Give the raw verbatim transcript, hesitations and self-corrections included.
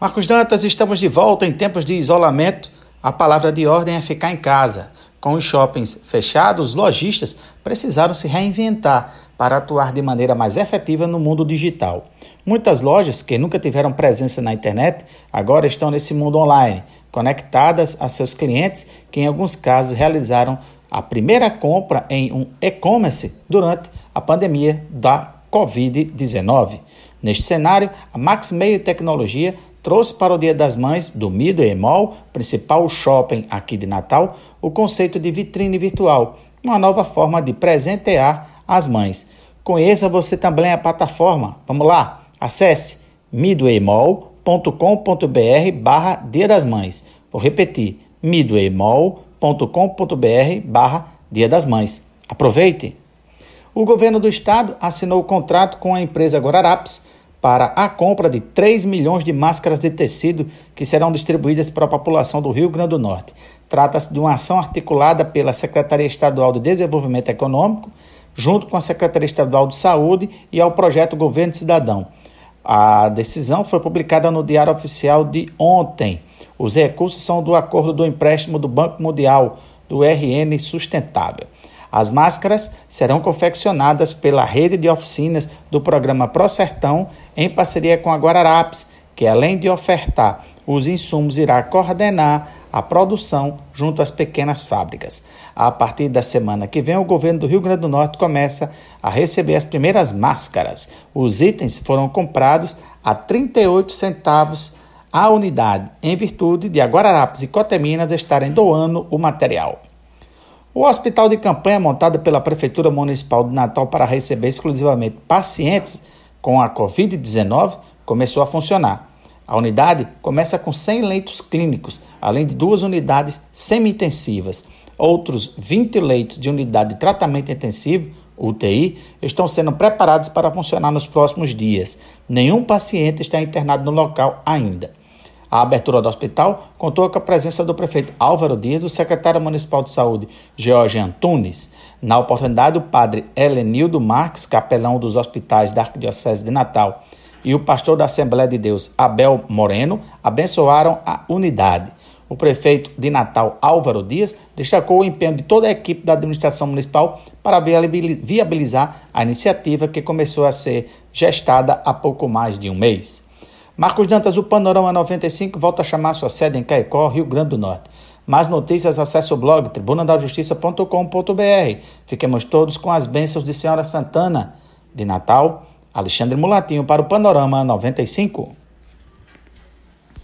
Marcos Dantas, estamos de volta em tempos de isolamento. A palavra de ordem é ficar em casa. Com os shoppings fechados, os lojistas precisaram se reinventar para atuar de maneira mais efetiva no mundo digital. Muitas lojas que nunca tiveram presença na internet agora estão nesse mundo online, conectadas a seus clientes que em alguns casos realizaram a primeira compra em um e-commerce durante a pandemia da covid dezenove. Neste cenário, a Max Meio Tecnologia trouxe para o Dia das Mães do Midway Mall, principal shopping aqui de Natal, o conceito de vitrine virtual, uma nova forma de presentear as mães. Conheça você também a plataforma. Vamos lá, acesse midwaymall ponto com ponto br barra Dia das Mães. Vou repetir, midwaymall ponto com ponto br barra Dia das Mães. Aproveite! O governo do estado assinou o contrato com a empresa Guararapes para a compra de três milhões de máscaras de tecido que serão distribuídas para a população do Rio Grande do Norte. Trata-se de uma ação articulada pela Secretaria Estadual de Desenvolvimento Econômico, junto com a Secretaria Estadual de Saúde e ao projeto Governo Cidadão. A decisão foi publicada no Diário Oficial de ontem. Os recursos são do acordo do empréstimo do Banco Mundial, do R N Sustentável. As máscaras serão confeccionadas pela rede de oficinas do programa ProSertão em parceria com a Guararapes, que além de ofertar os insumos, irá coordenar a produção junto às pequenas fábricas. A partir da semana que vem, o governo do Rio Grande do Norte começa a receber as primeiras máscaras. Os itens foram comprados a trinta e oito centavos a unidade, em virtude de a Guararapes e Coteminas estarem doando o material. O hospital de campanha montado pela Prefeitura Municipal de Natal para receber exclusivamente pacientes com a covid dezenove começou a funcionar. A unidade começa com cem leitos clínicos, além de duas unidades semi-intensivas. Outros vinte leitos de unidade de tratamento intensivo, U T I, estão sendo preparados para funcionar nos próximos dias. Nenhum paciente está internado no local ainda. A abertura do hospital contou com a presença do prefeito Álvaro Dias, do secretário municipal de saúde, Jorge Antunes. Na oportunidade, o padre Helenildo Marques, capelão dos hospitais da Arquidiocese de Natal, e o pastor da Assembleia de Deus, Abel Moreno, abençoaram a unidade. O prefeito de Natal, Álvaro Dias, destacou o empenho de toda a equipe da administração municipal para viabilizar a iniciativa que começou a ser gestada há pouco mais de um mês. Marcos Dantas, o Panorama noventa e cinco, volta a chamar sua sede em Caicó, Rio Grande do Norte. Mais notícias, acesse o blog tribuna da justiça ponto com ponto br. Fiquemos todos com as bênçãos de Senhora Santana. De Natal, Alexandre Mulatinho para o Panorama noventa e cinco.